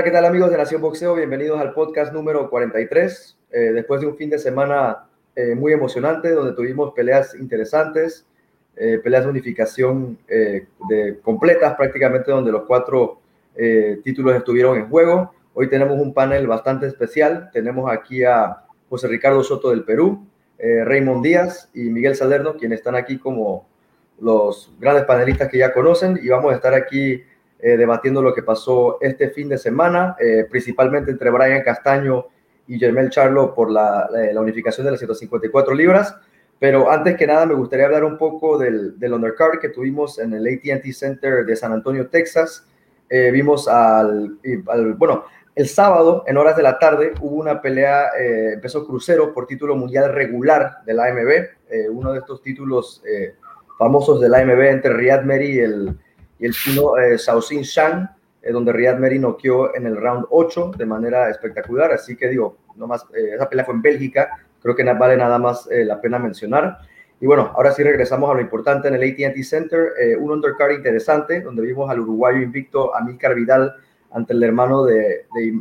¿Qué tal amigos de Nación Boxeo? Bienvenidos al podcast número 43. Después de un fin de semana muy emocionante, donde tuvimos peleas interesantes, peleas de unificación completas prácticamente, donde los 4 títulos estuvieron en juego. Hoy tenemos un panel bastante especial. Tenemos aquí a José Ricardo Soto del Perú, Raymond Díaz y Miguel Salerno, quienes están aquí como los grandes panelistas que ya conocen, y vamos a estar aquí debatiendo lo que pasó este fin de semana, principalmente entre Brian Castaño y Jermell Charlo por la unificación de las 154 libras. Pero antes que nada me gustaría hablar un poco del undercard que tuvimos en el AT&T Center de San Antonio, Texas. Vimos bueno, el sábado en horas de la tarde hubo una pelea, peso crucero por título mundial regular de la AMB, uno de estos títulos famosos de la AMB entre Riyad Mehri y el chino Shaoxing Zhang, donde Riyad Mehri noqueó en el round 8 de manera espectacular. Así que digo, esa pelea fue en Bélgica, creo que vale nada más la pena mencionar. Y bueno, ahora sí regresamos a lo importante en el AT&T Center, un undercard interesante, donde vimos al uruguayo invicto Amílcar Vidal ante el hermano de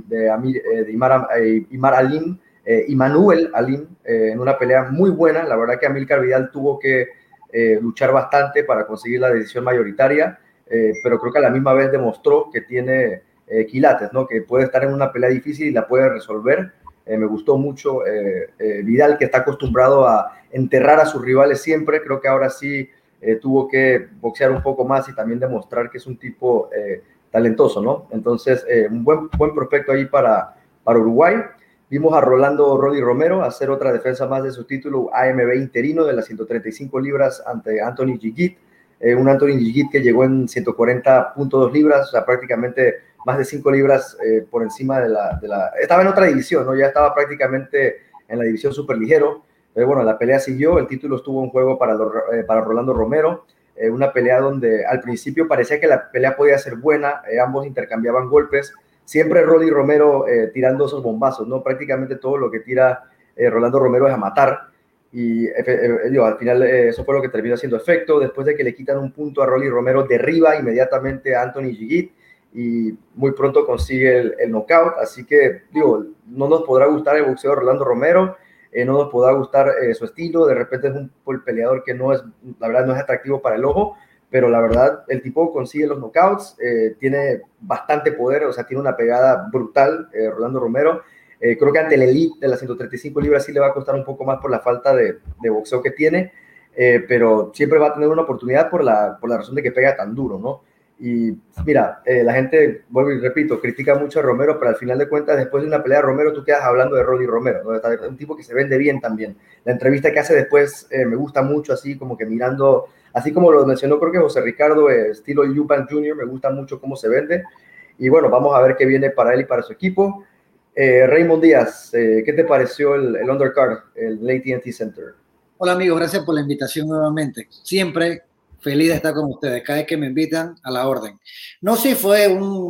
Immanuel Alim, en una pelea muy buena. La verdad que Amílcar Vidal tuvo que luchar bastante para conseguir la decisión mayoritaria, pero creo que a la misma vez demostró que tiene quilates, ¿no? Que puede estar en una pelea difícil y la puede resolver. Me gustó mucho Vidal, que está acostumbrado a enterrar a sus rivales siempre. Creo que ahora sí tuvo que boxear un poco más y también demostrar que es un tipo talentoso, ¿no? Entonces, un buen prospecto ahí para Uruguay. Vimos a Rolly Romero hacer otra defensa más de su título AMB interino de las 135 libras ante Anthony Gigit, un Anthony Gigit que llegó en 140.2 libras, o sea, prácticamente más de 5 libras por encima de la... Estaba en otra división, ¿no? Ya estaba prácticamente en la división superligero. Pero bueno, la pelea siguió, el título estuvo en juego para Rolando Romero, una pelea donde al principio parecía que la pelea podía ser buena, ambos intercambiaban golpes, siempre Rolly Romero tirando esos bombazos, ¿no? Prácticamente todo lo que tira Rolando Romero es a matar, y al final eso fue lo que terminó haciendo efecto. Después de que le quitan un punto a Rolly Romero, derriba inmediatamente a Anthony Gigit y muy pronto consigue el knockout. Así que, no nos podrá gustar el boxeo de Rolando Romero, no nos podrá gustar su estilo, de repente es un peleador que la verdad no es atractivo para el ojo, pero la verdad el tipo consigue los knockouts, tiene bastante poder, o sea, tiene una pegada brutal Rolando Romero. Creo que ante el elite de las 135 libras sí le va a costar un poco más por la falta de boxeo que tiene, pero siempre va a tener una oportunidad por la razón de que pega tan duro, ¿no? Y mira, la gente, vuelvo y repito, critica mucho a Romero, pero al final de cuentas, después de una pelea de Romero, tú quedas hablando de Rolly Romero, ¿no? Es un tipo que se vende bien también. La entrevista que hace después me gusta mucho, así como que mirando, así como lo mencionó creo que José Ricardo, estilo Eubank Jr., me gusta mucho cómo se vende. Y bueno, vamos a ver qué viene para él y para su equipo. Raymond Díaz, ¿qué te pareció el undercard, el AT&T Center? Hola amigos, gracias por la invitación nuevamente. Siempre feliz de estar con ustedes. Cada vez que me invitan, a la orden. No sé si fue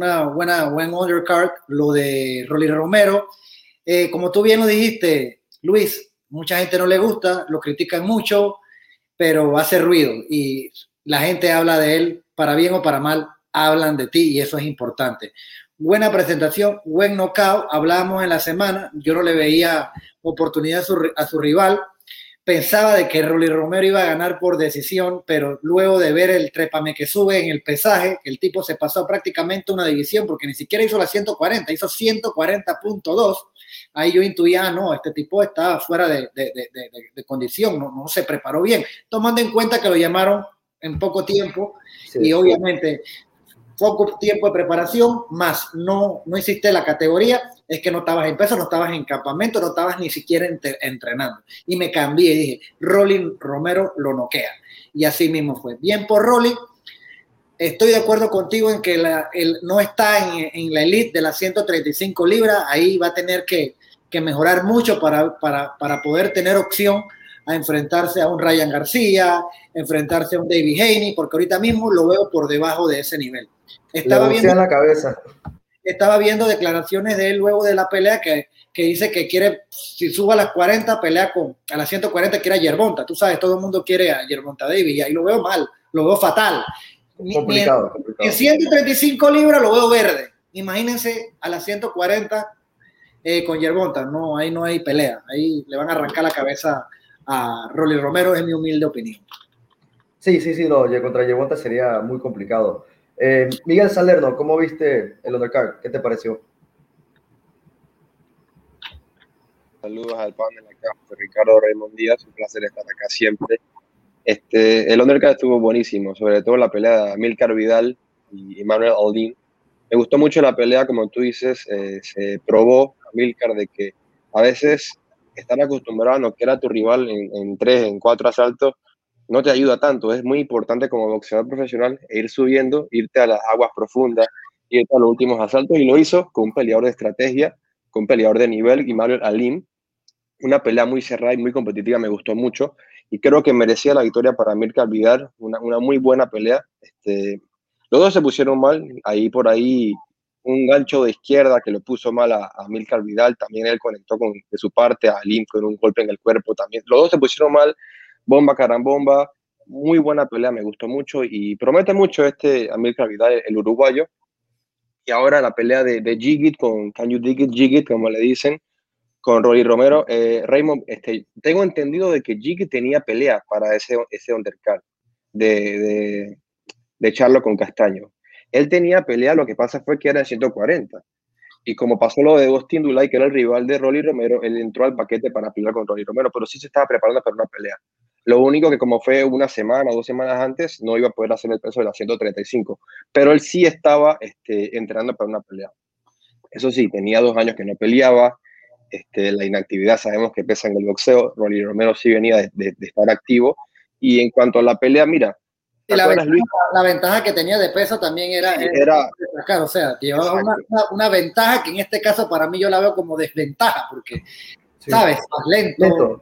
buen undercard lo de Rolly Romero. Como tú bien lo dijiste, Luis, mucha gente no le gusta, lo critican mucho, pero hace ruido y la gente habla de él, para bien o para mal, hablan de ti y eso es importante. Buena presentación, buen knockout. Hablamos en la semana, yo no le veía oportunidad a su rival. Pensaba de que Rolly Romero iba a ganar por decisión, pero luego de ver el trépame que sube en el pesaje, el tipo se pasó prácticamente una división, porque ni siquiera hizo la 140, hizo 140.2. Ahí yo intuía, no, este tipo está fuera de condición, no se preparó bien, tomando en cuenta que lo llamaron en poco tiempo, sí, y obviamente poco tiempo de preparación, más no hiciste la categoría, es que no estabas en peso, no estabas en campamento, no estabas ni siquiera entrenando. Y me cambié y dije, Rolly Romero lo noquea. Y así mismo fue. Bien por Rolly. Estoy de acuerdo contigo en que él no está en la elite de las 135 libras. Ahí va a tener que mejorar mucho para poder tener opción a enfrentarse a un Ryan García, enfrentarse a un David Haney, porque ahorita mismo lo veo por debajo de ese nivel. Estaba viendo declaraciones de él luego de la pelea que dice que quiere, si suba a las 40, pelea a las 140, quiere a Gervonta. Tú sabes, todo el mundo quiere a Gervonta Davis y ahí lo veo mal, lo veo fatal. Complicado. En 135 libras lo veo verde. imagínense a las 140 con Yerbonta, no, ahí no hay pelea, ahí le van a arrancar la cabeza a Rolly Romero, es mi humilde opinión. Sí, no, contra Yerbonta sería muy complicado. Miguel Salerno, ¿cómo viste el undercard? ¿Qué te pareció? Saludos al panel acá, José Ricardo Raymond Díaz, un placer estar acá siempre. El undercard estuvo buenísimo, sobre todo la pelea de Amílcar Vidal y Emmanuel Aldin. Me gustó mucho la pelea, como tú dices, se probó Amílcar de que a veces estar acostumbrado a noquear a tu rival en 3, en 4 asaltos no te ayuda tanto. Es muy importante como boxeador profesional ir subiendo, irte a las aguas profundas, irte a los últimos asaltos, y lo hizo con un peleador de estrategia, con un peleador de nivel, Emmanuel Aldin. Una pelea muy cerrada y muy competitiva, me gustó mucho y creo que merecía la victoria para Amílcar Vidal, una muy buena pelea. Los dos se pusieron mal, ahí por ahí un gancho de izquierda que lo puso mal a Amílcar Vidal, también él conectó de su parte a Lim con un golpe en el cuerpo también. Los dos se pusieron mal, bomba carambomba, muy buena pelea, me gustó mucho y promete mucho Amílcar Vidal, el uruguayo. Y ahora la pelea de Jigit con Can You Dig It, Jigit, como le dicen, con Rolly Romero. Raymond, tengo entendido de que Jiggy tenía pelea para ese undercard de Charlo con Castaño. Él tenía pelea, lo que pasa fue que era en 140. Y como pasó lo de Dustin Dulay, que era el rival de Rolly Romero, él entró al paquete para pelear con Rolly Romero, pero sí se estaba preparando para una pelea. Lo único que como fue una semana o 2 semanas antes, no iba a poder hacer el peso de las 135. Pero él sí estaba entrenando para una pelea. Eso sí, tenía 2 años que no peleaba. La inactividad sabemos que pesa en el boxeo. Rolly Romero sí venía de estar activo. Y en cuanto a la pelea, mira, ¿te acuerdas, Luis? La ventaja que tenía de peso también era destacar, o sea, llevaba una ventaja que en este caso para mí yo la veo como desventaja, porque, sí, ¿sabes? Lento.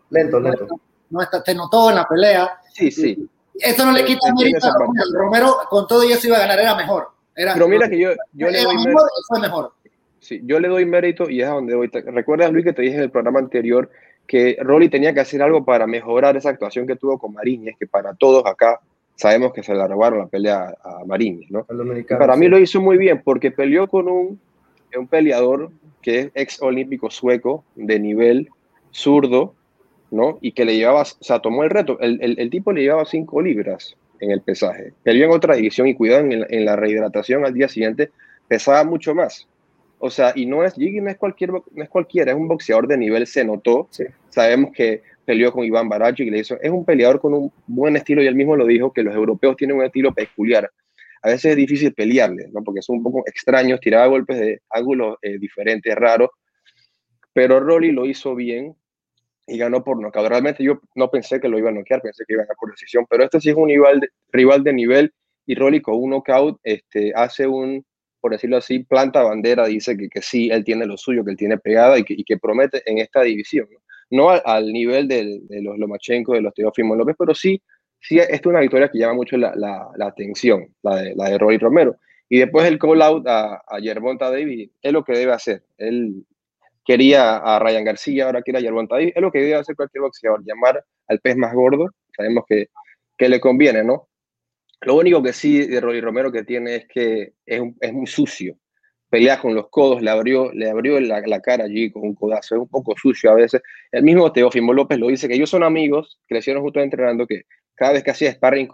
No está, te notó en la pelea. Sí. Eso no le quita mérito a Romero. Romero con todo y eso iba a ganar, era mejor. Pero mira que yo le doy mérito. Fue mejor. Sí, yo le doy mérito y es a donde voy. ¿Recuerdas, Luis, que te dije en el programa anterior que Rolly tenía que hacer algo para mejorar esa actuación que tuvo con Mariñez, que para todos acá sabemos que se la robaron la pelea a Mariñez, ¿no? Y para mí lo hizo muy bien porque peleó con un peleador que es ex olímpico sueco de nivel zurdo, ¿no? Y que le llevaba, o sea, tomó el reto. El tipo le llevaba 5 libras en el pesaje. Peleó en otra división y cuidado en la rehidratación al día siguiente, pesaba mucho más. O sea, y Jiggy no es cualquiera, es un boxeador de nivel, se notó. Sí. Sabemos que peleó con Iván Baracho y le hizo, es un peleador con un buen estilo y él mismo lo dijo, que los europeos tienen un estilo peculiar. A veces es difícil pelearle, ¿no? Porque son un poco extraños, tiraba golpes de ángulos diferentes, raros, pero Rolly lo hizo bien y ganó por nocaut. Realmente yo no pensé que lo iba a noquear, pensé que iba a ganar por decisión, pero este sí es un rival de nivel y Rolly con un knockout hace por decirlo así, planta bandera, dice que sí, él tiene lo suyo, que él tiene pegada y que promete en esta división. No al nivel de los Lomachenko, de los Teófimo López, pero sí, esta es una victoria que llama mucho la atención, la de Rolly Romero. Y después el call out a Gervonta Davis es lo que debe hacer. Él quería a Ryan García, ahora quiere a Gervonta Davis. Es lo que debe hacer cualquier boxeador, llamar al pez más gordo. Sabemos que le conviene, ¿no? Lo único que sí de Rolly Romero que tiene es que es muy sucio. Pelea con los codos, le abrió la cara allí con un codazo, es un poco sucio a veces. El mismo Teófimo López lo dice, que ellos son amigos, crecieron juntos entrenando, que cada vez que hacía sparring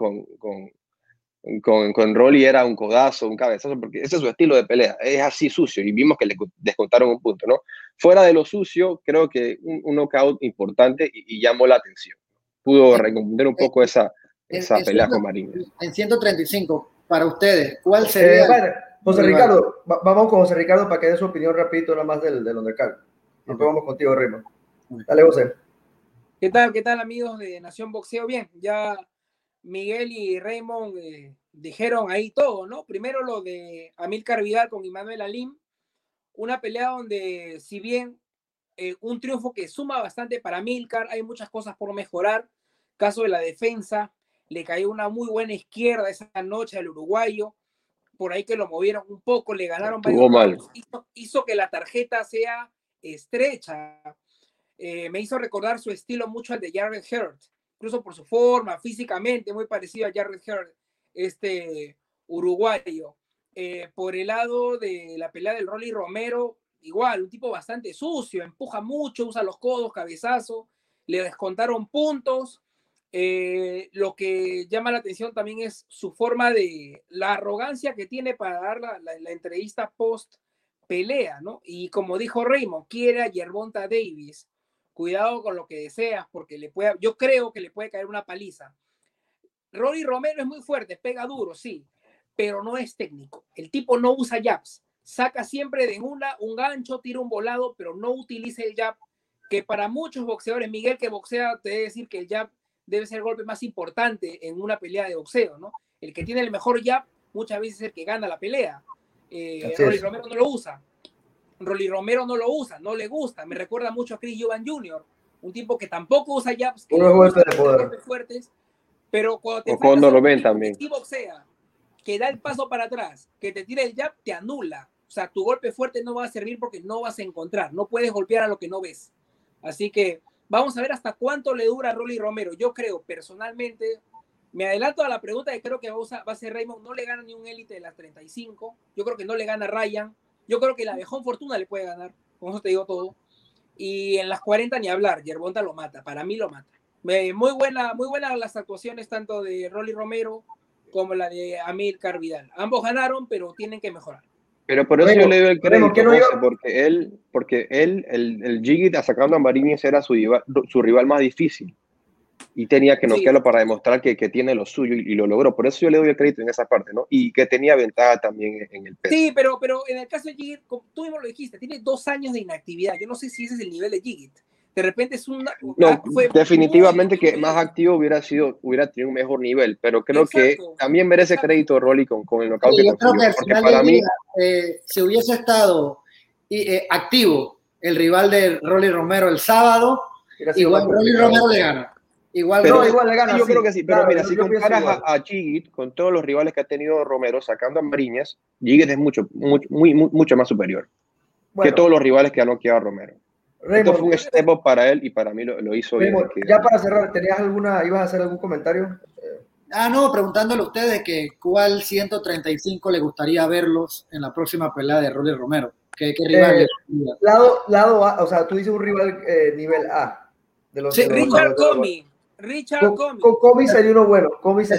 con Rolly era un codazo, un cabezazo, porque ese es su estilo de pelea, es así sucio, y vimos que le descontaron un punto, ¿no? Fuera de lo sucio, creo que un knockout importante y llamó la atención. Pudo recomponer un poco esa pelea con Mariñez. En 135, para ustedes, ¿cuál sería? Bueno, José Ricardo, vamos con José Ricardo para que dé su opinión rapidito nada más del undercard. Después vamos contigo, Raymond. Dale, José. ¿Qué tal, amigos de Nación Boxeo? Bien, ya Miguel y Raymond dijeron ahí todo, ¿no? Primero lo de Amílcar Vidal con Emmanuel Aldin, una pelea donde, si bien un triunfo que suma bastante para Amílcar, hay muchas cosas por mejorar. Caso de la defensa, le cayó una muy buena izquierda esa noche al uruguayo, por ahí que lo movieron un poco, le ganaron varios rounds, hizo que la tarjeta sea estrecha. Me hizo recordar su estilo mucho al de Jarrett Hurt, incluso por su forma, físicamente, muy parecido a Jarrett Hurt, este uruguayo. Por el lado de la pelea del Rolly Romero, igual, un tipo bastante sucio, empuja mucho, usa los codos, cabezazo, le descontaron puntos. Lo que llama la atención también es su forma de, la arrogancia que tiene para dar la entrevista post pelea, ¿no? Y como dijo Raymond, quiere a Gervonta Davis. Cuidado con lo que deseas, porque yo creo que le puede caer una paliza. Rolly Romero es muy fuerte, pega duro, sí, pero no es técnico. El tipo no usa jabs, saca siempre de un gancho, tira un volado, pero no utiliza el jab, que para muchos boxeadores, Miguel que boxea, te debe decir que el jab debe ser el golpe más importante en una pelea de boxeo, ¿no? El que tiene el mejor jab muchas veces es el que gana la pelea. Rolly Romero no lo usa. Rolly Romero no lo usa, no le gusta. Me recuerda mucho a Chris Eubank Jr., un tipo que tampoco usa jabs, que golpe de poder. Golpes fuertes, pero cuando te cuando lo ven también. Que boxea, que da el paso para atrás, que te tira el jab, te anula. O sea, tu golpe fuerte no va a servir porque no vas a encontrar. No puedes golpear a lo que no ves. Así que vamos a ver hasta cuánto le dura a Rolly Romero. Yo creo, personalmente, me adelanto a la pregunta que creo que va a ser Raymond. No le gana ni un élite de las 35. Yo creo que no le gana Ryan. Yo creo que la Abejón Fortuna le puede ganar. Con eso te digo todo. Y en las 40 ni hablar. Gervonta lo mata. Para mí lo mata. Muy buena las actuaciones tanto de Rolly Romero como la de Amílcar Vidal. Ambos ganaron, pero tienen que mejorar. Pero por eso yo le doy el crédito, porque él, el Gigit sacando a Mariñez era su rival más difícil. Y tenía que noquearlo para demostrar que tiene lo suyo y lo logró. Por eso yo le doy el crédito en esa parte, ¿no? Y que tenía ventaja también en el peso. Sí, pero en el caso de Gigit, como tú mismo lo dijiste, tiene 2 años de inactividad. Yo no sé si ese es el nivel de Gigit. De repente es definitivamente que más activo hubiera tenido un mejor nivel, pero creo que también merece crédito Rolly con el knockout que consiguió. Porque para mí, si hubiese estado activo el rival de Rolly Romero el sábado, igual Rolly Romero le gana. Igual le gana. Yo creo que sí, pero mira, si comparas a Gigit con todos los rivales que ha tenido Romero sacando a Mariñez, Gigit es mucho más superior que todos los rivales que ha noqueado a Romero. Raymond, esto fue un step up para él y para mí lo hizo Raymond, bien. Ya para cerrar, ibas a hacer algún comentario? No, preguntándole a ustedes que cuál 135 le gustaría verlos en la próxima pelea de Rolly Romero. ¿Qué rival? Lado A, o sea, tú dices un rival nivel A. Richard Comey. Richard Comey. Comey sería uno bueno.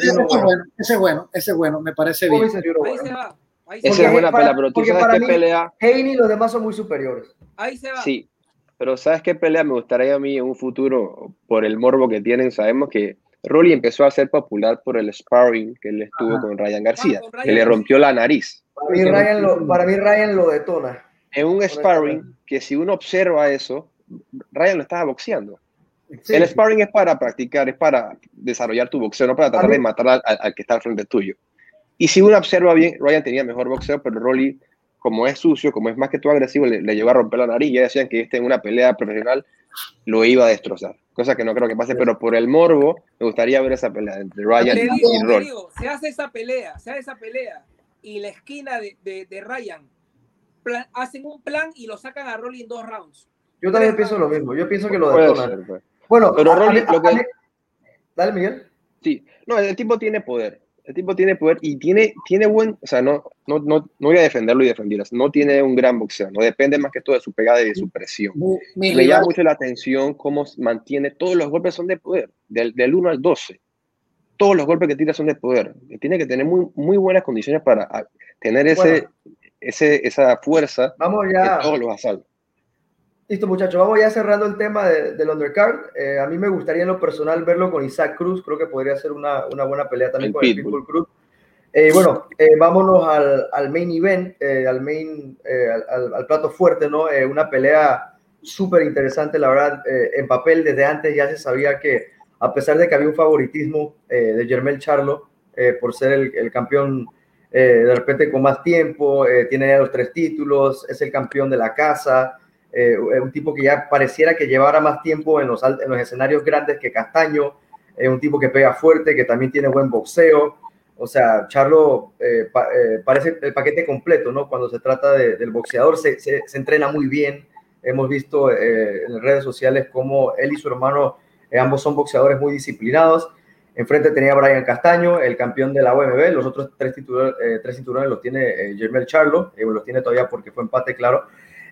Ese es bueno, me parece bien. Ahí se va. Esa es buena pelea, pero tú sabes qué pelea. Haney y los demás son muy superiores. Ahí se va. Sí. Pero ¿sabes qué pelea me gustaría a mí en un futuro por el morbo que tienen? Sabemos que Rolly empezó a ser popular por el sparring que él estuvo con Ryan García, que le rompió la nariz. Para mí Ryan lo detona. En un sparring que si uno observa eso, Ryan lo estaba boxeando. Sí. El sparring es para practicar, es para desarrollar tu boxeo, no para tratar de matar al que está al frente tuyo. Y si uno observa bien, Ryan tenía mejor boxeo, pero Rolly, como es sucio, como es más que todo agresivo, le llegó a romper la nariz. Ya decían que en una pelea profesional lo iba a destrozar. Cosa que no creo que pase, pero por el morbo me gustaría ver esa pelea entre Ryan y Rolly. Se hace esa pelea y la esquina de Ryan hacen un plan y lo sacan a Rolly en 2 rounds. Yo también pienso lo mismo. Yo pienso que lo detonan. Bueno, pero Rolly, dale, Miguel. Sí, no, el tipo tiene poder. El tipo tiene poder y tiene buen, o sea, no voy a defenderlo y defenderlo. No tiene un gran boxeo, no depende más que todo de su pegada y de su presión. Me llama mucho la atención cómo mantiene, todos los golpes son de poder, del 1 al 12. Todos los golpes que tira son de poder. Tiene que tener muy buenas condiciones para tener esa fuerza en todos los asaltos. Listo, muchachos, vamos ya cerrando el tema del undercard. A mí me gustaría en lo personal verlo con Isaac Cruz. Creo que podría ser una buena pelea también con el Pitbull Cruz. Vámonos al main event, al plato fuerte, ¿no? Una pelea súper interesante, la verdad. En papel, desde antes ya se sabía que, a pesar de que había un favoritismo de Jermell Charlo por ser el campeón de repente con más tiempo, tiene ya los 3 títulos, es el campeón de la casa. Un tipo que ya pareciera que llevara más tiempo en los escenarios grandes que Castaño, un tipo que pega fuerte, que también tiene buen boxeo. O sea, Charlo parece el paquete completo, ¿no? Cuando se trata del boxeador, se entrena muy bien. Hemos visto en redes sociales cómo él y su hermano, ambos son boxeadores muy disciplinados. Enfrente tenía Brian Castaño, el campeón de la OMB. Los otros tres cinturones los tiene Jermell Charlo, los tiene todavía porque fue empate, claro.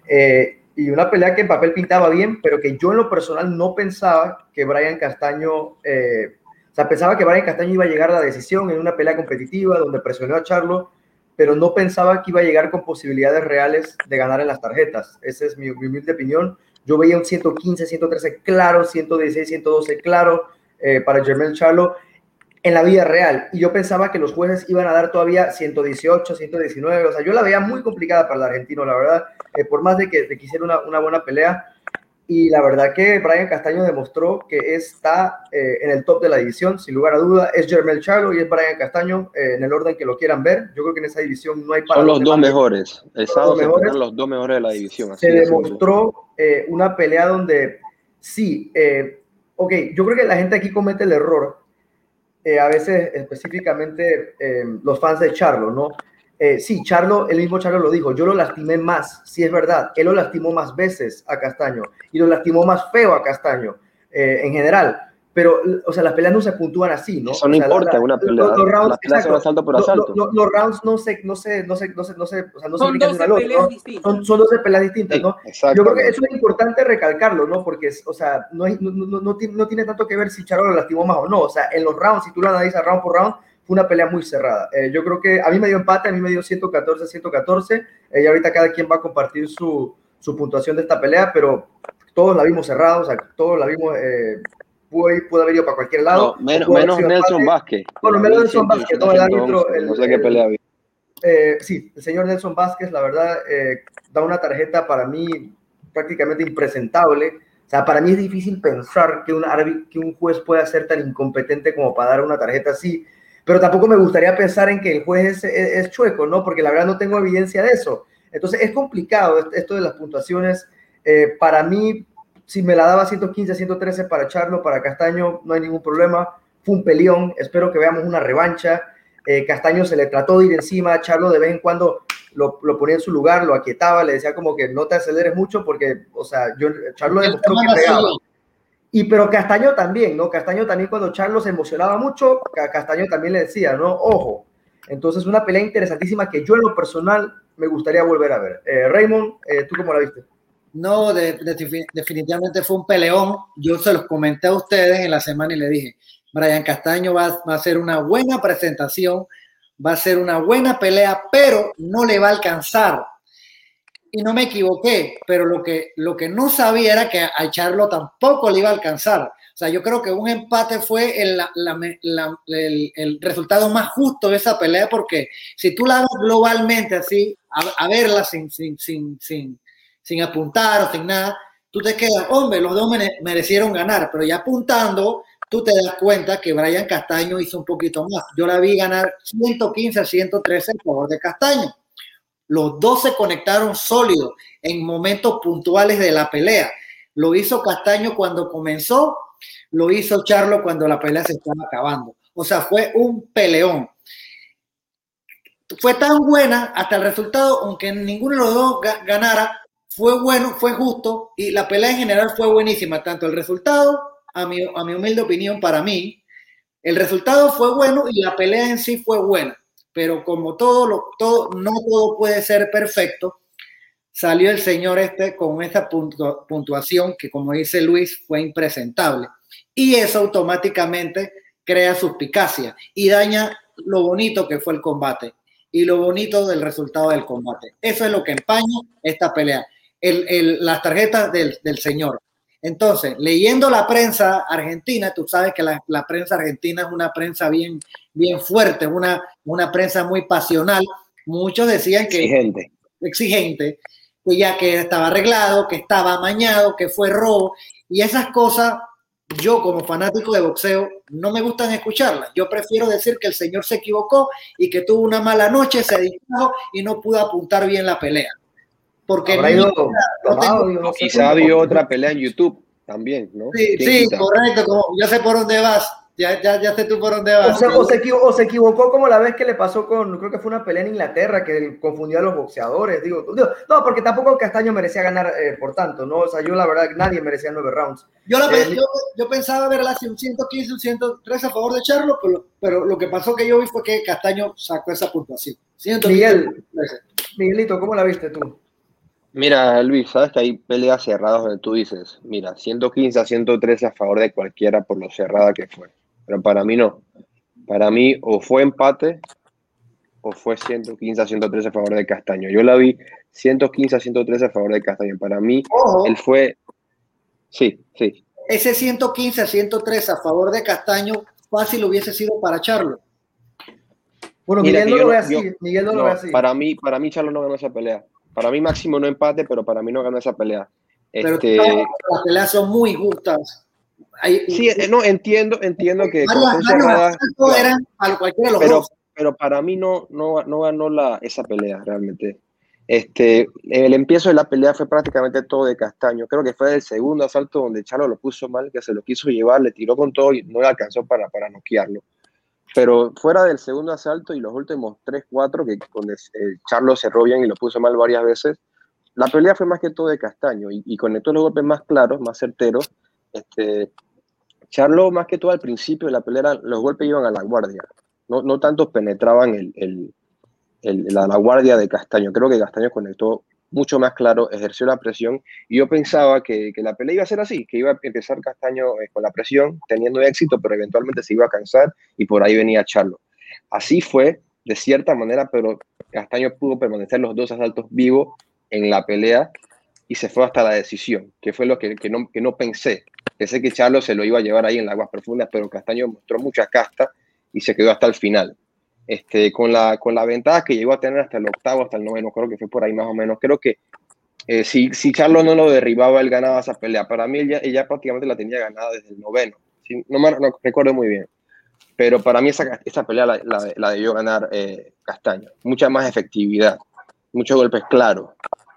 Y una pelea que en papel pintaba bien, pero que yo en lo personal no pensaba que Brian Castaño, o sea, pensaba que Brian Castaño iba a llegar a la decisión en una pelea competitiva donde presionó a Charlo, pero no pensaba que iba a llegar con posibilidades reales de ganar en las tarjetas. Esa es mi humilde opinión. Yo veía un 115, 113 claro, 116, 112 claro para Jermell Charlo en la vida real. Y yo pensaba que los jueces iban a dar todavía 118, 119. O sea, yo la veía muy complicada para el argentino, la verdad, por más de que hiciera una buena pelea. Y la verdad que Brian Castaño demostró que está en el top de la división, sin lugar a duda. Es Jermell Charlo y es Brian Castaño, en el orden que lo quieran ver. Yo creo que en esa división no hay para Son los dos mejores. El sábado se enfrentan los dos mejores de la división. Se demostró una pelea donde sí, ok, yo creo que la gente aquí comete el error, a veces específicamente los fans de Charlo, ¿no? Sí, Charlo, el mismo Charlo lo dijo, yo lo lastimé más, sí es verdad, él lo lastimó más veces a Castaño y lo lastimó más feo a Castaño en general, pero, o sea, las peleas no se puntúan así, ¿no? Eso no importa, una pelea. Los rounds, las peleas son asalto por asalto. Los rounds no se, o sea, no son 12 peleas distintas. Son 12 peleas distintas, ¿no? Yo creo que eso es importante recalcarlo, ¿no? Porque, o sea, no tiene tanto que ver si Charlo lo lastimó más o no. O sea, en los rounds, si tú lo analizas round por round, fue una pelea muy cerrada. Yo creo que a mí me dio empate, a mí me dio 114-114, y ahorita cada quien va a compartir su puntuación de esta pelea, pero todos la vimos cerrada, o sea, todos la vimos... pudo haber ido para cualquier lado. No, menos Nelson Vázquez. Bueno, menos Nelson Vázquez, no, el árbitro. No sé qué pelea había. Sí, el señor Nelson Vázquez, la verdad, da una tarjeta para mí prácticamente impresentable. O sea, para mí es difícil pensar que un juez pueda ser tan incompetente como para dar una tarjeta así. Pero tampoco me gustaría pensar en que el juez es chueco, ¿no? Porque la verdad no tengo evidencia de eso. Entonces es complicado esto de las puntuaciones. Para mí, si me la daba 115, 113 para Charlo, para Castaño, no hay ningún problema. Fue un peleón, espero que veamos una revancha. Castaño se le trató de ir encima, Charlo de vez en cuando lo ponía en su lugar, lo aquietaba, le decía como que no te aceleres mucho porque, o sea, Charlo demostró que pegaba. Pero Castaño también, ¿no? Castaño también cuando Charlo se emocionaba mucho, Castaño también le decía, ¿no? Ojo. Entonces una pelea interesantísima que yo en lo personal me gustaría volver a ver. Raymond, ¿tú cómo la viste? No, definitivamente fue un peleón. Yo se los comenté a ustedes en la semana y le dije, Brian Castaño va a hacer una buena presentación, va a ser una buena pelea, pero no le va a alcanzar. Y no me equivoqué, pero lo que no sabía era que a Charlo tampoco le iba a alcanzar. O sea, yo creo que un empate fue el resultado más justo de esa pelea, porque si tú la ves globalmente así, a verla sin apuntar o sin nada, tú te quedas, hombre, los dos merecieron ganar, pero ya apuntando, tú te das cuenta que Brian Castaño hizo un poquito más. Yo la vi ganar 115 a 113 en favor de Castaño. Los dos se conectaron sólidos en momentos puntuales de la pelea. Lo hizo Castaño cuando comenzó, lo hizo Charlo cuando la pelea se estaba acabando. O sea, fue un peleón. Fue tan buena hasta el resultado, aunque ninguno de los dos ganara, fue bueno, fue justo y la pelea en general fue buenísima. Tanto el resultado, a mi humilde opinión, para mí, el resultado fue bueno y la pelea en sí fue buena. Pero como no todo puede ser perfecto, salió el señor con esta puntuación que, como dice Luis, fue impresentable. Y eso automáticamente crea suspicacia y daña lo bonito que fue el combate y lo bonito del resultado del combate. Eso es lo que empaña esta pelea. Las tarjetas del señor. Entonces, leyendo la prensa argentina, tú sabes que la prensa argentina es una prensa bien fuerte, una prensa muy pasional. Muchos decían que exigente, que ya que estaba arreglado, que estaba amañado, que fue robo, y esas cosas, yo como fanático de boxeo, no me gustan escucharlas. Yo prefiero decir que el señor se equivocó y que tuvo una mala noche, se distrajo y no pudo apuntar bien la pelea. Porque quizá vio otra pelea en YouTube también, ¿no? Sí, correcto, yo sé por dónde vas. Ya sé tú por dónde vas. O se equivocó como la vez que le pasó creo que fue una pelea en Inglaterra, que confundió a los boxeadores. Digo, no, porque tampoco Castaño merecía ganar por tanto, ¿no? O sea, yo la verdad, nadie merecía 9 rounds. Yo pensaba ver la 115, 103 a favor de Charlo, pero lo que pasó que yo vi fue que Castaño sacó esa puntuación. Miguelito, ¿cómo la viste tú? Mira, Luis, sabes que hay peleas cerradas donde tú dices, mira, 115 a 113 a favor de cualquiera por lo cerrada que fue. Pero para mí no. Para mí o fue empate o fue 115 a 113 a favor de Castaño. Yo la vi 115 a 113 a favor de Castaño. Para mí, él fue... Sí. Ese 115 a 103 a favor de Castaño fácil hubiese sido para Charlo. Bueno, Mira, Miguel no lo ve así. Para mí Charlo no ganó esa pelea. Para mí máximo no empate, pero para mí no ganó esa pelea. Pero las peleas son muy justas. Sí, no, entiendo que como son cerradas, eran a cualquiera de los dos. Pero para mí no ganó esa pelea realmente. El empiezo de la pelea fue prácticamente todo de Castaño. Creo que fue el segundo asalto donde Charlo lo puso mal, que se lo quiso llevar, le tiró con todo y no le alcanzó para noquearlo. Pero fuera del segundo asalto y los últimos 3, 4, que donde Charlo cerró bien y lo puso mal varias veces, la pelea fue más que todo de Castaño y conectó los golpes más claros, más certeros. Charlo, más que todo al principio de la pelea, los golpes iban a la guardia. No tanto penetraban la guardia de Castaño. Creo que Castaño conectó mucho más claro, ejerció la presión, y yo pensaba que la pelea iba a ser así, que iba a empezar Castaño con la presión, teniendo éxito, pero eventualmente se iba a cansar y por ahí venía Charlo. Así fue, de cierta manera, pero Castaño pudo permanecer los 2 asaltos vivos en la pelea y se fue hasta la decisión, que fue lo que no pensé. Pensé que Charlo se lo iba a llevar ahí en las aguas profundas, pero Castaño mostró mucha casta y se quedó hasta el final. Con la ventaja que llegó a tener hasta el octavo, hasta el noveno, creo que fue por ahí más o menos. Creo que si Charlo no lo derribaba, él ganaba esa pelea. Para mí, ella prácticamente la tenía ganada desde el noveno. ¿Sí? No recuerdo muy bien. Pero para mí esa pelea la debió ganar Castaño. Mucha más efectividad, muchos golpes claros.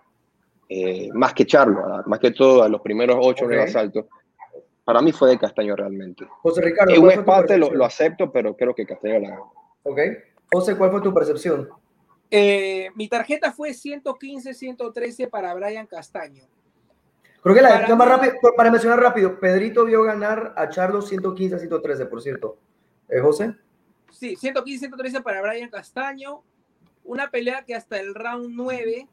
Más que Charlo, más que todo a los primeros 8 o 9 asaltos. Para mí fue de Castaño realmente. José Ricardo, un empate lo acepto, pero creo que Castaño la ganó. Ok. José, ¿cuál fue tu percepción? Mi tarjeta fue 115-113 para Brian Castaño. Creo que para mencionar rápido, Pedrito vio ganar a Charlo 115-113, por cierto. ¿José? Sí, 115-113 para Brian Castaño. Una pelea que hasta el round 9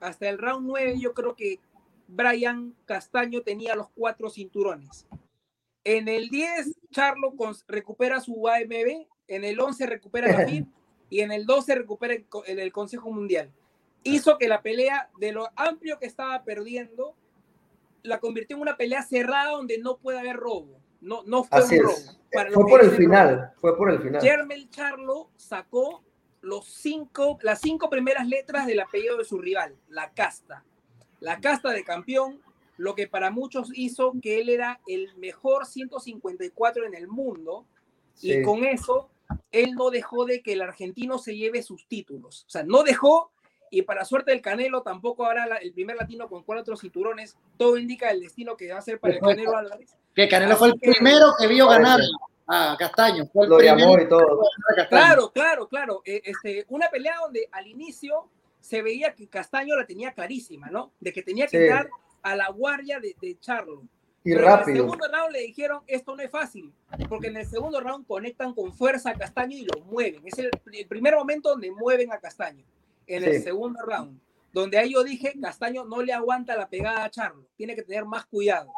yo creo que Brian Castaño tenía los 4 cinturones. En el 10, Charlo recupera su AMB, en el 11 recupera la FIB y en el 12 recupera el Consejo Mundial. Hizo que la pelea, de lo amplio que estaba perdiendo, la convirtió en una pelea cerrada donde no puede haber robo. No fue un robo. Fue por el final. Jermel Charlo sacó las 5 primeras letras del apellido de su rival, la casta de campeón, lo que para muchos hizo que él era el mejor 154 en el mundo, y con eso él no dejó de que el argentino se lleve sus títulos. O sea, no dejó, y para suerte del Canelo tampoco habrá el primer latino con 4 cinturones. Todo indica el destino que va a ser para el Canelo Álvarez. Que Canelo fue el primero que vio ganar a Castaño. Fue el lo llamó y todo. Claro. Una pelea donde al inicio se veía que Castaño la tenía clarísima, ¿no? De que tenía que entrar a la guardia de Charlo. Y pero rápido. En el segundo round le dijeron, esto no es fácil, porque en el segundo round conectan con fuerza a Castaño y lo mueven. Es el primer momento donde mueven a Castaño. En el segundo round, donde ahí yo dije, Castaño no le aguanta la pegada a Charlo, tiene que tener más cuidado.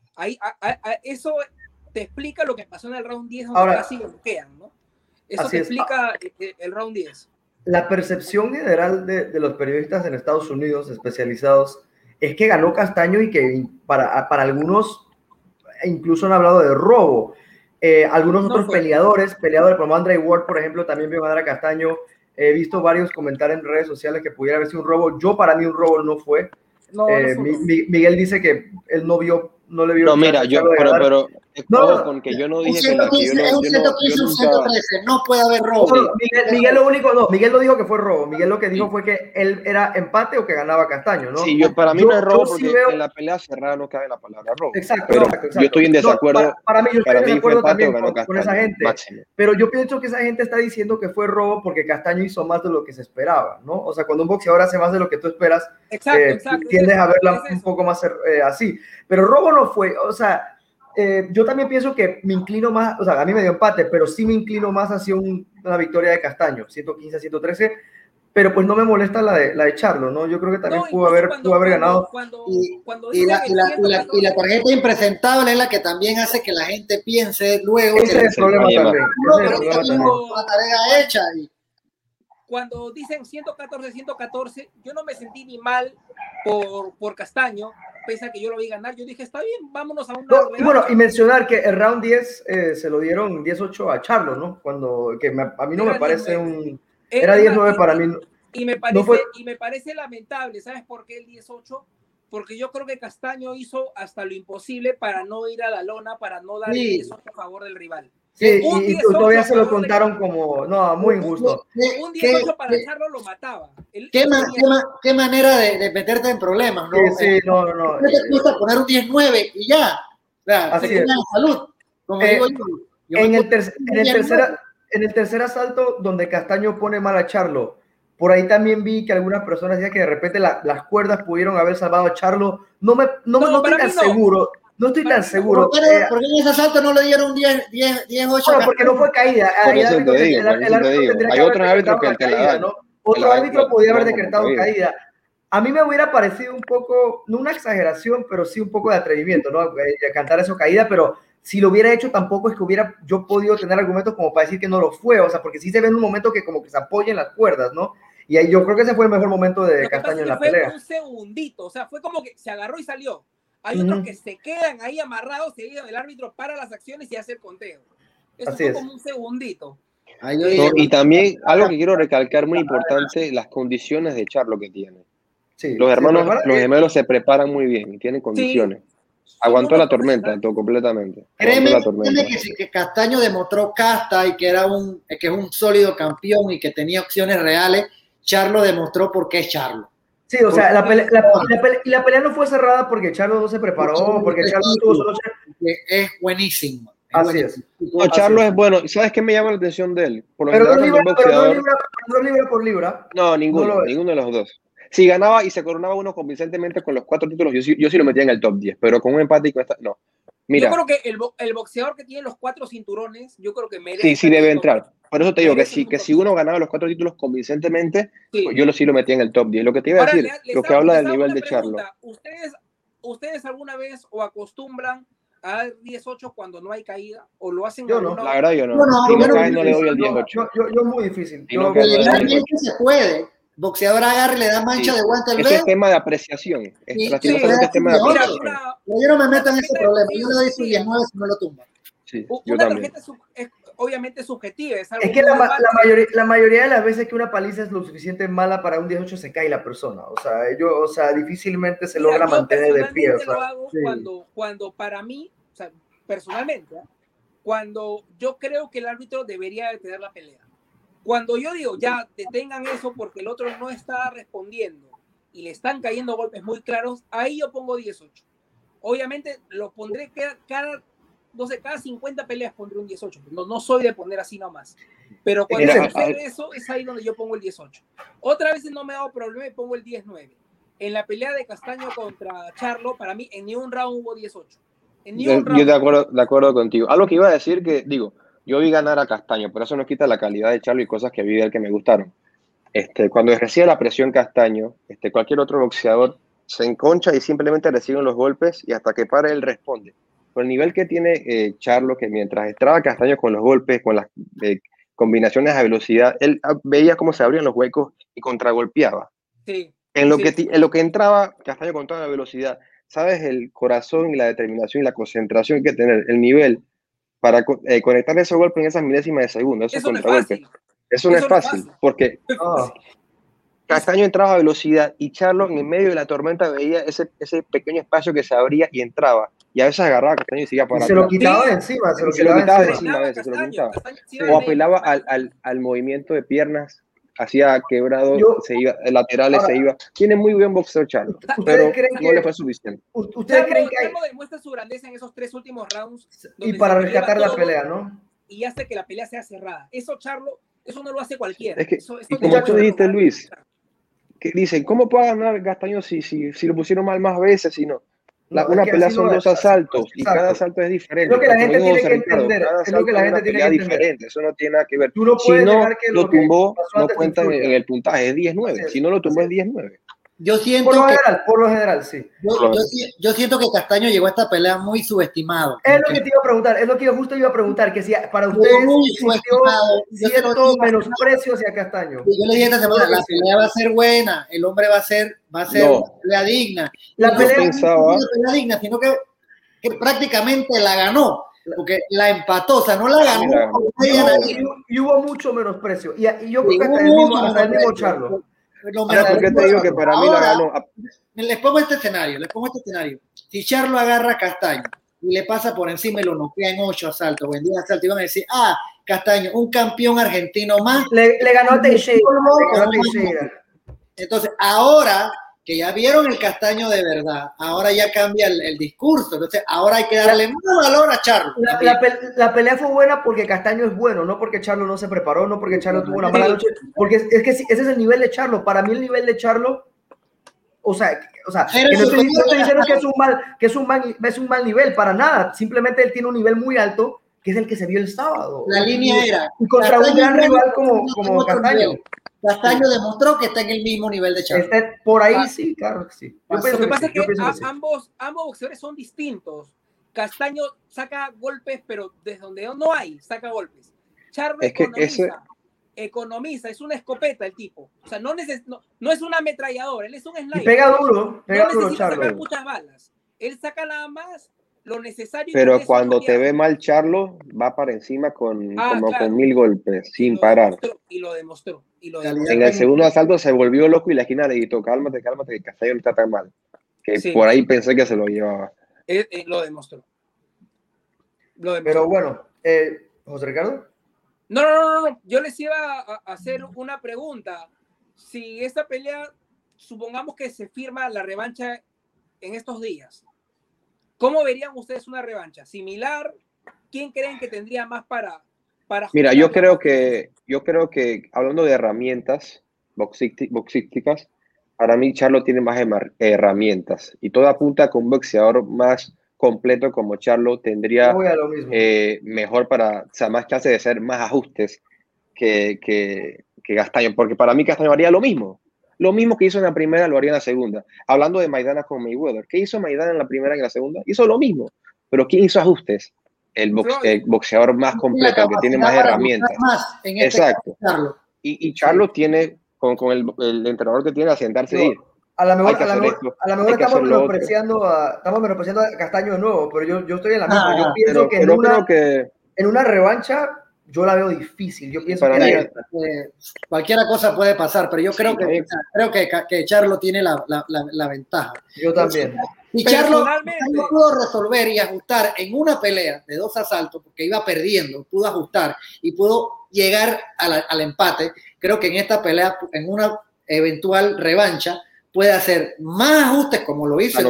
Eso te explica lo que pasó en el round 10, donde ahora, casi lo bloquean, ¿no? Eso te explica el round 10. La percepción general de los periodistas en Estados Unidos especializados es que ganó Castaño y que para algunos incluso han hablado de robo. Algunos otros peleadores como Andre Ward, por ejemplo, también vio ganar a Castaño. He visto varios comentarios en redes sociales que pudiera haber sido un robo. Para mí un robo no fue. Miguel dice que él no le vio. No, mira, Ojo con que yo no dije que la que yo es un 115, un 113, no puede haber robo. No, Miguel lo dijo que fue robo. Miguel lo que dijo fue que él era empate o que ganaba Castaño, ¿no? Sí, para mí no es robo porque veo... en la pelea cerrada no cabe la palabra robo. Exacto, pero exacto. Yo estoy en desacuerdo. Para mí, yo estoy en desacuerdo también con esa gente. Máximo. Pero yo pienso que esa gente está diciendo que fue robo porque Castaño hizo más de lo que se esperaba, ¿no? O sea, cuando un boxeador hace más de lo que tú esperas, tiendes a verla un poco más así. Pero robo no fue, o sea... yo también pienso que me inclino más, o sea, a mí me dio empate, pero sí me inclino más hacia una victoria de Castaño, 115 a 113, pero pues no me molesta la de Charlo, ¿no? Yo creo que también pudo haber ganado. Y la tarjeta impresentable es la que también hace que la gente piense luego. Ese es el problema también. La tarea hecha. Cuando dicen 114, yo no me sentí ni mal por Castaño, pese a que yo lo vi ganar. Yo dije, está bien, vámonos a una bueno, y mencionar que el round 10 se lo dieron 18 a Charlo, ¿no? A mí no me parece era 19 para mí. Y me parece lamentable, ¿sabes por qué el 18? Porque yo creo que Castaño hizo hasta lo imposible para no ir a la lona, para no dar el 18 a favor del rival. Sí, y todavía se lo contaron como, no, muy injusto. Un 18 para Charlo lo mataba. ¿Qué manera de meterte en problemas, ¿no? Sí, no. No te gusta poner un 19 y ya. Así es. Salud. Como digo yo. En el tercer asalto, donde Castaño pone mal a Charlo, por ahí también vi que algunas personas decían que de repente las cuerdas pudieron haber salvado a Charlo. No estoy tan seguro. No estoy tan seguro. ¿Por qué en ese asalto no le dieron 10-8? Bueno, porque no fue caída. Hay otros árbitros que te la dan. ¿no? Otro árbitro podía haber decretado caída. A mí me hubiera parecido un poco, no una exageración, pero sí un poco de atrevimiento, ¿no? Cantar eso caída, pero si lo hubiera hecho tampoco es que hubiera yo podido tener argumentos como para decir que no lo fue, o sea, porque sí se ve en un momento que como que se apoyen las cuerdas, ¿no? Y ahí yo creo que ese fue el mejor momento de Castaño en la pelea. Fue un segundito, o sea, fue como que se agarró y salió. Hay otros que se quedan ahí amarrados, seguidos, el árbitro para las acciones y hace el conteo. Eso fue como un segundito. Y también algo que quiero recalcar muy importante, las condiciones de Charlo que tiene. Sí, los gemelos se preparan muy bien y tienen condiciones. Sí. Aguantó la tormenta completamente. Créeme que Castaño demostró casta y que es un sólido campeón y que tenía opciones reales. Charlo demostró por qué es Charlo. Sí, o sea, la pelea no fue cerrada porque Charlo no se preparó, porque Charlo tuvo solo... Es buenísimo. Así es. No, Charlo es bueno. ¿Sabes qué me llama la atención de él? Pero no libra por libra. No, ninguno de los dos. Si ganaba y se coronaba uno convincentemente con los 4 títulos, yo sí lo metía en el top 10, pero con un empate y con esta, no. Mira, yo creo que el boxeador que tiene los 4 cinturones, yo creo que merece. Sí, debe entrar. Por eso te digo que si uno ganaba los 4 títulos convincentemente, yo sí lo metía en el top 10. Lo que te iba a decir, lo que habla del nivel de Charlo. ¿Ustedes alguna vez o acostumbran a dar 18 cuando no hay caída? ¿O lo hacen? Yo no. La verdad, yo no. Si no cae, no le doy el 18. Yo es muy difícil. Realmente se puede. Boxeador agarra y le da mancha de guante al dedo. Ese es tema de apreciación. Yo no me meto en ese problema. Yo le doy su 19 si no lo tumba. Sí, una tarjeta es obviamente subjetiva. Es que la mayoría de las veces que una paliza es lo suficiente mala para un 18 se cae la persona. O sea, difícilmente se logra mantener de pie. Yo lo hago cuando para mí, o sea, personalmente, cuando yo creo que el árbitro debería detener la pelea. Cuando yo digo, ya detengan eso porque el otro no está respondiendo y le están cayendo golpes muy claros, ahí yo pongo 18. Obviamente lo pondré cada 50 peleas pondré un 18. No soy de poner así nomás. Pero cuando sucede eso, es ahí donde yo pongo el 18. Otras veces no me ha dado problema y pongo el 19. En la pelea de Castaño contra Charlo, para mí en ni un round hubo 18. Yo de acuerdo contigo. Algo que iba a decir yo vi ganar a Castaño, pero eso no quita la calidad de Charlo y cosas que vi de él que me gustaron. Cuando recibe la presión Castaño, cualquier otro boxeador se enconcha y simplemente reciben los golpes y hasta que para él responde. Con el nivel que tiene Charlo, que mientras entraba Castaño con los golpes, con las combinaciones a velocidad, él veía cómo se abrían los huecos y contragolpeaba. Sí. En lo que entraba Castaño con toda la velocidad, ¿sabes? El corazón y la determinación y la concentración que hay que tener, el nivel para conectar esos golpes en esas milésimas de segundo, esos contragolpes. Eso no es fácil, porque Castaño entraba a velocidad y Charlo en el medio de la tormenta veía ese pequeño espacio que se abría y entraba. y a veces agarraba a Castaño y seguía para se lo atrás. quitaba de encima, Se lo quitaba de encima a veces, se lo quitaba. O apelaba al movimiento de piernas, hacía quebrado, se iba, laterales ahora, se iba. Tiene muy buen boxeo Charlo, pero no le fue suficiente. ¿Ustedes creen que Charlo demuestra su grandeza en esos 3 últimos rounds. Y para rescatar la pelea, ¿no? Y hace que la pelea sea cerrada. Eso, Charlo, eso no lo hace cualquiera. Es que, eso y como tú dijiste, Luis, que dicen, ¿cómo puede ganar Castaño si lo pusieron mal más veces? Si no. Una pelea son 2 asaltos y cada asalto es diferente. Es lo que la gente tiene que entender. Cada asalto es una pelea diferente. Eso no tiene nada que ver. Tú no si no lo tumbó, no cuenta en el puntaje. Es 10-9. Si no lo tumbó, es 10-9. Yo siento por lo general, sí. Yo siento que Castaño llegó a esta pelea muy subestimado. Es lo que te iba a preguntar, es lo que yo justo iba a preguntar, que si para ustedes existió cierto menosprecio hacia Castaño. Yo le dije esta semana, la pelea va a ser buena, el hombre va a ser una pelea digna. La pelea pensaba, no una pelea digna, sino que prácticamente la ganó, porque la empató, o sea, no la ganó. Y hubo mucho menosprecio. Y yo creo que hasta el mismo Charlo. ¿Por qué te digo que para mí la ganó? Les pongo este escenario. Si Charlo agarra a Castaño y le pasa por encima y lo noquea en 8 asaltos o en 10 asaltos, iban a decir, Castaño, un campeón argentino más. Le ganó a Teixeira. Entonces, ahora que ya vieron el Castaño de verdad, ahora ya cambia el discurso. Entonces, ahora hay que darle más valor a Charlo. La pelea fue buena porque Castaño es bueno, no porque Charlo no se preparó, no porque Charlo tuvo una mala noche, porque es que ese es el nivel de Charlo. Para mí el nivel de Charlo, o sea, que no estoy diciendo que es un mal nivel, para nada. Simplemente él tiene un nivel muy alto, que es el que se vio el sábado. La línea era. Y contra un gran rival como Castaño. Castaño demostró que está en el mismo nivel de Charlo. Por ahí sí, claro que sí. Lo que pasa es que ambos boxeadores son distintos. Castaño saca golpes, pero desde donde no hay, saca golpes. Charlo economiza, es una escopeta el tipo. O sea, no es una ametralladora, él es un sniper. Y pega duro necesita Charlo. sacar muchas balas. Él saca nada más lo necesario. Pero cuando te ve mal Charlo, va para encima con 1000 golpes, sin parar. Y lo demostró. En el segundo asalto se volvió loco y la esquina le gritó, cálmate, que Castaño no está tan mal. Que por ahí pensé que se lo llevaba. Lo demostró. Pero bueno, José Ricardo. No. Yo les iba a hacer una pregunta. Si esta pelea, supongamos que se firma la revancha en estos días, ¿cómo verían ustedes una revancha? ¿Similar? ¿Quién creen que tendría más para Mira, yo creo que hablando de herramientas boxísticas, para mí Charlo tiene más herramientas y todo apunta que un boxeador más completo como Charlo tendría mejor más chance de hacer más ajustes que Castaño, porque para mí Castaño haría lo mismo que hizo en la primera lo haría en la segunda. Hablando de Maidana con Mayweather, ¿qué hizo Maidana en la primera y en la segunda? Hizo lo mismo, pero ¿quién hizo ajustes? El boxeador más completo, el que tiene más herramientas. Exacto. Y Charlo tiene, con el entrenador que tiene, a sentarse y ir. A lo mejor estamos menospreciando a Castaño de nuevo, pero yo estoy en la misma. Yo pienso que en una revancha yo la veo difícil. Yo pienso que cualquier cosa puede pasar, pero yo creo que Charlo tiene la ventaja. Yo también. Y Charlo pudo resolver y ajustar en una pelea de 2 asaltos, porque iba perdiendo, pudo ajustar y pudo llegar al empate. Creo que en esta pelea, en una eventual revancha, puede hacer más ajustes como lo hizo.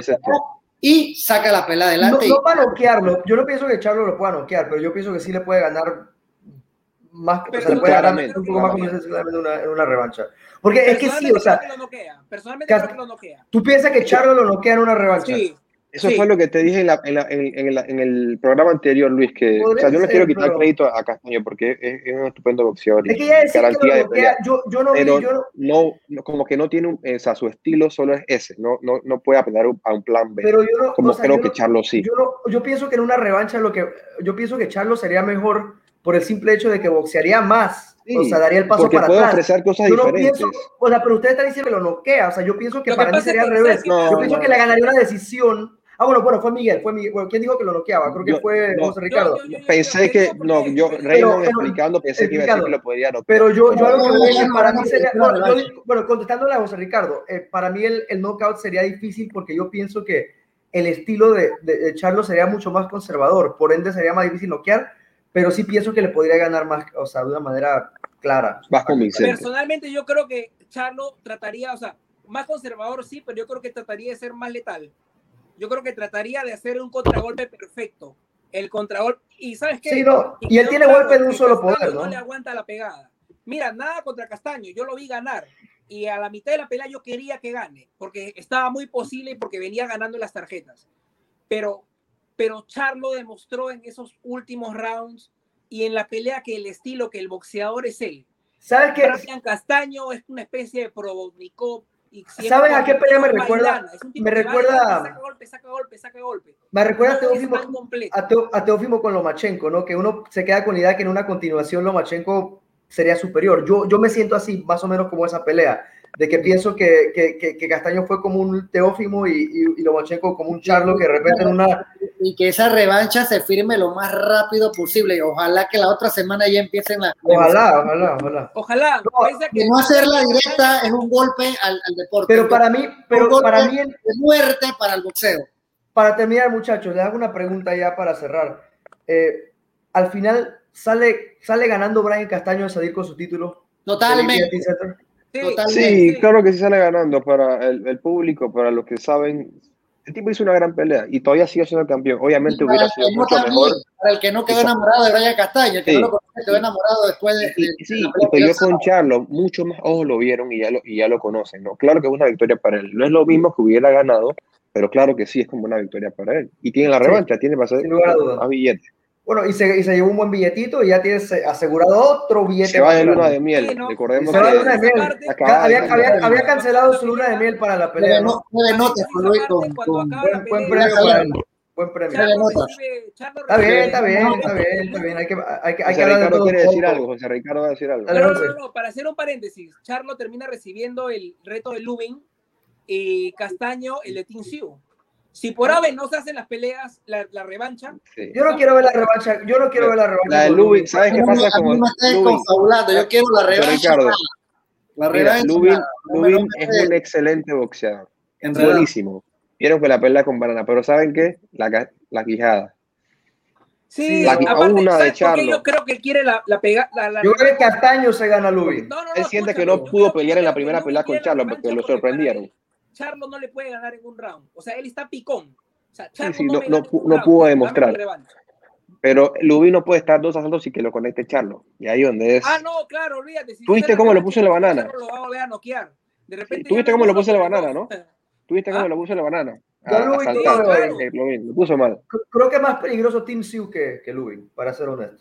Y saca la pelea adelante. No para noquearlo. Yo no pienso que Charlo lo pueda noquear, pero yo pienso que sí le puede ganar más. O sea, le puede ganar un poco más en una revancha. Porque es que sí, o sea. Personalmente creo que lo noquea. ¿Tú piensas que Charlo lo noquea en una revancha? Sí. Eso fue lo que te dije en el programa anterior, Luis, que o sea, yo no quiero quitar crédito a Castaño porque es un estupendo boxeador. Es que ya decir que lo noquea, no, como que no tiene su estilo solo es ese, no puede apelar a un plan B. Pero creo que Charlo sí. Yo pienso que en una revancha yo pienso que Charlo sería mejor por el simple hecho de que boxearía más. Sí, o sea, daría el paso para puede atrás. Ofrecer cosas diferentes. O sea, pero usted está diciendo que lo noquea. O sea, yo pienso que para mí sería al revés. Yo pienso que le ganaría una decisión. Bueno, fue Miguel. Bueno, ¿quién dijo que lo noqueaba? Creo que fue José Ricardo. Pensé que, Raymond explicando, pensé que iba a decir que lo podía noquear. Pero yo algo que voy a decir, para mí sería, bueno, contestándole a José Ricardo, para mí el knockout sería difícil porque yo pienso que el estilo de Charlo sería mucho más conservador, por ende sería más difícil noquear, pero sí pienso que le podría ganar más, o sea, de una manera clara. Más convincente. Personalmente yo creo que Charlo trataría, o sea, más conservador sí, pero yo creo que trataría de ser más letal. Yo creo que trataría de hacer un contragolpe perfecto. El contragolpe, y ¿sabes qué? Sí, no, y él tiene golpe de un solo poder, ¿no? No le aguanta la pegada. Mira, nada contra Castaño, yo lo vi ganar. Y a la mitad de la pelea yo quería que gane, porque estaba muy posible y porque venía ganando las tarjetas. Pero Charlo demostró en esos últimos rounds y en la pelea que el estilo, que el boxeador es él. ¿Sabes qué? Brian Castaño es una especie de Probotnikov. ¿Sabes a qué pelea me recuerda? Me recuerda. Saca golpe. Me recuerda no a Teófimo con Lomachenko, ¿no? Que uno se queda con la idea que en una continuación Lomachenko sería superior. Yo me siento así, más o menos como esa pelea, de que pienso que Castaño fue como un Teófimo y Lomachenko como un Charlo, que de repente en una... Y que esa revancha se firme lo más rápido posible. Ojalá que la otra semana ya empiecen la... Ojalá. No, que no hacerla directa es un golpe al deporte. Pero para mí... de muerte para el boxeo. Para terminar, muchachos, les hago una pregunta ya para cerrar. Al final, ¿sale ganando Brian Castaño a salir con su título? Totalmente. Sí, claro que sí sale ganando para el público, para los que saben. El tipo hizo una gran pelea y todavía sigue siendo campeón. Obviamente hubiera sido mucho mejor. Para el que no quedó enamorado de Brian Castaño, el que no lo conoce, quedó enamorado después de y peleó con Charlo, mucho más ojos lo vieron y ya lo conocen, ¿no? Claro que es una victoria para él. No es lo mismo que hubiera ganado, pero claro que sí es como una victoria para él. Y tiene la revancha, tiene para hacer más billetes. Bueno, y se llevó un buen billetito y ya tienes asegurado otro billete. Se va de luna de miel, recordemos que había cancelado su luna de miel para la pelea, ¿no? Buen premio para él. Buen premio. Está bien. Hay que hablar de todo. Quiere decir algo, José Ricardo va a decir algo. No, para hacer un paréntesis, Charlo termina recibiendo el reto de Lubin y Castaño el de Team Siu. Si por ave no se hacen las peleas, la revancha. Sí. Yo no quiero ver la revancha. La de Lubin, ¿sabes qué pasa con Lubin? Yo quiero la revancha. Ricardo, Lubin es un excelente boxeador. Es buenísimo. Vieron que la pelea con Banana, pero ¿saben qué? La quijada. Sí, una de Charlo. Yo creo que quiere la pega. Yo creo que Castaño se gana a Lubin. Él siente que no pudo pelear en la primera pelea con Charlo porque lo sorprendieron. Charlo no le puede ganar en un round. O sea, él está picón. O sea, no pudo demostrar. Pero Lubin no puede estar 2-0 sin que lo conecte Charlo. Y ahí donde es. No, claro, olvídate. ¿Tú viste cómo lo puso en la banana? Charlo lo va a volver a noquear. De repente. ¿Tú viste cómo lo puso en la banana, no? ¿Tú viste cómo lo puso en la banana? Lo puso mal. Creo que es más peligroso Team Siu que Lubin, para ser honesto.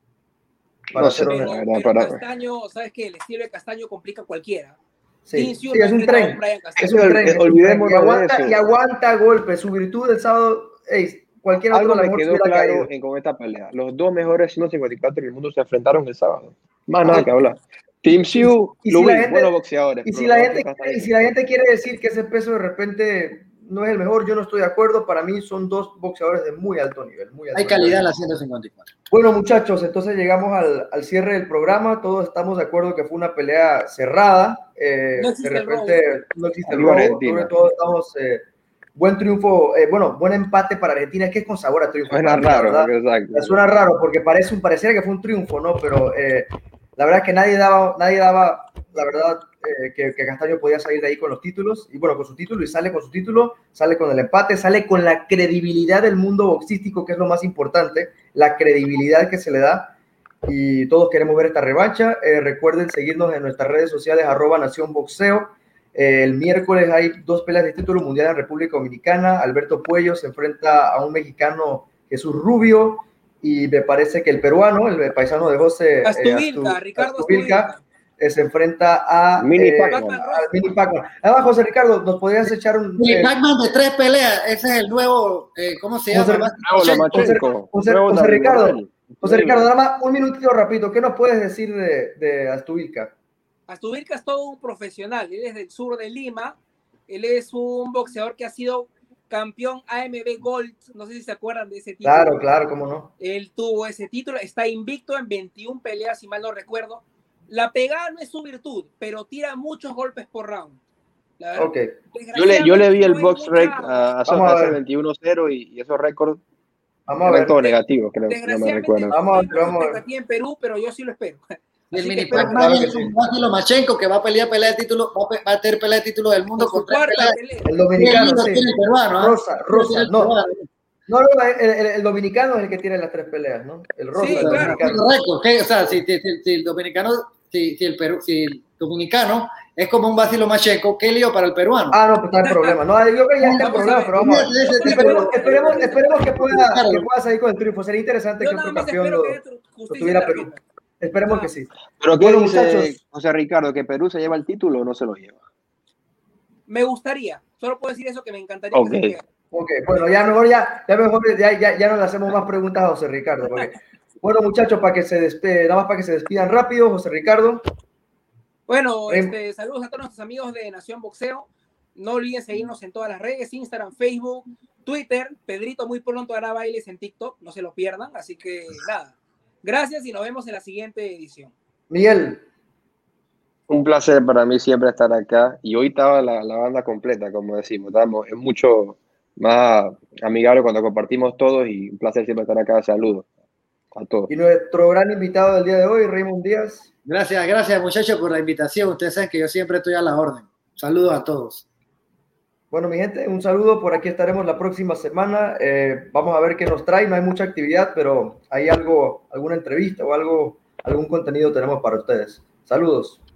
Pero Castaño, ¿sabes qué? El estilo de Castaño complica a cualquiera. Sí, es un tren. Olvidémonos de eso. Y aguanta golpes. Su virtud del sábado, cualquier otro algo me quedó claro con esta pelea. Los dos mejores 154 del mundo se enfrentaron el sábado. Más nada que hablar. Team Siu, Lubin, buenos boxeadores. Y si la gente quiere decir que ese peso de repente no es el mejor, yo no estoy de acuerdo. Para mí son dos boxeadores de muy alto nivel. Hay calidad en la 154. Bueno, muchachos, entonces llegamos al cierre del programa. Todos estamos de acuerdo que fue una pelea cerrada. No existe el robo. Sobre todo estamos... buen triunfo, buen empate para Argentina. Es que es con sabor a triunfo. Suena raro, exacto. Suena raro porque pareciera que fue un triunfo, ¿no? Pero la verdad es que nadie daba la verdad, que Castaño podía salir de ahí con los títulos, y bueno, con su título, y sale con su título, sale con el empate, sale con la credibilidad del mundo boxístico, que es lo más importante, la credibilidad que se le da, y todos queremos ver esta revancha. Recuerden seguirnos en nuestras redes sociales, @NaciónBoxeo. El miércoles hay 2 peleas de título mundial en República Dominicana. Alberto Puello se enfrenta a un mexicano, Jesús Rubio, y me parece que el peruano, el paisano de José Ricardo Astudilca, se enfrenta a Mini Pacman. Además, José Ricardo, ¿nos podrías echar un... Mini Pacman de 3 peleas? Ese es el nuevo, ¿cómo se llama? José Ricardo, nada más un minutito rápido. ¿Qué nos puedes decir de Astudilca? Astudilca es todo un profesional. Él es del sur de Lima. Él es un boxeador que ha sido campeón AMB Gold. No sé si se acuerdan de ese título. Claro, cómo no. Él tuvo ese título. Está invicto en 21 peleas, si mal no recuerdo. La pegada no es su virtud, pero tira muchos golpes por round. La verdad. Ok. Yo le vi el No hay box rec mucha- a Vamos a ese ver. 21-0 y esos récords Vamos a eran ver. todos negativos, creo, no me Desgraciadamente recuerdo. no Vamos a hay ver, mucha vamos a ver. expectativa en Perú, pero yo sí lo espero. Y el Así que mini espero claro que es sí. un Vasily Lomachenko que va a pelear pelea de título, va a tener pelea de título del mundo por su con 3 cuarta peleas. pelea. El dominicano, Lo sí. tiene el peruano, ¿ah? Rosa, Lo tiene Rosa, el no. peruano. No, el dominicano es el que tiene las 3 peleas, ¿no? El Rosa, Sí, el claro. Sí, dominicano. correcto. O sea, si el dominicano, si el dominicano es como un Vasily Lomachenko, ¿qué lío para el peruano? Ah, no, pues está el problema. No, yo creo que ya está el Vamos a problema, ver. pero vamos a ver. Ese tipo Esperemos, de- esperemos, esperemos que Ricardo, pueda salir con el triunfo. Sería interesante Yo que nada otro más campeón espero que haya lo justicia en tuviera Perú. tarjeta. Esperemos Nada que más. sí. ¿Pero qué Bueno, dice muchachos. José Ricardo? ¿Que Perú se lleva el título o no se lo lleva? Me gustaría. Solo puedo decir eso, que me encantaría Ok. que se quede. Ok, bueno, ya no le hacemos más preguntas a José Ricardo. Bueno, muchachos, nada más para que se despidan rápido, José Ricardo. Bueno, Rey- saludos a todos nuestros amigos de Nación Boxeo. No olviden seguirnos en todas las redes, Instagram, Facebook, Twitter. Pedrito muy pronto hará bailes en TikTok, no se lo pierdan. Así que nada, gracias y nos vemos en la siguiente edición. Miguel, Un placer para mí siempre estar acá. Y hoy estaba la banda completa, como decimos. Es mucho más amigable cuando compartimos todos y un placer siempre estar acá. Saludos a todos. y nuestro gran invitado del día de hoy, Raymond Díaz. Gracias muchachos por la invitación. Ustedes saben que yo siempre estoy a la orden. Saludos a todos. Bueno, mi gente, un saludo. Por aquí estaremos la próxima semana. Vamos a ver qué nos trae. No hay mucha actividad, pero hay alguna entrevista o algún contenido tenemos para ustedes. Saludos.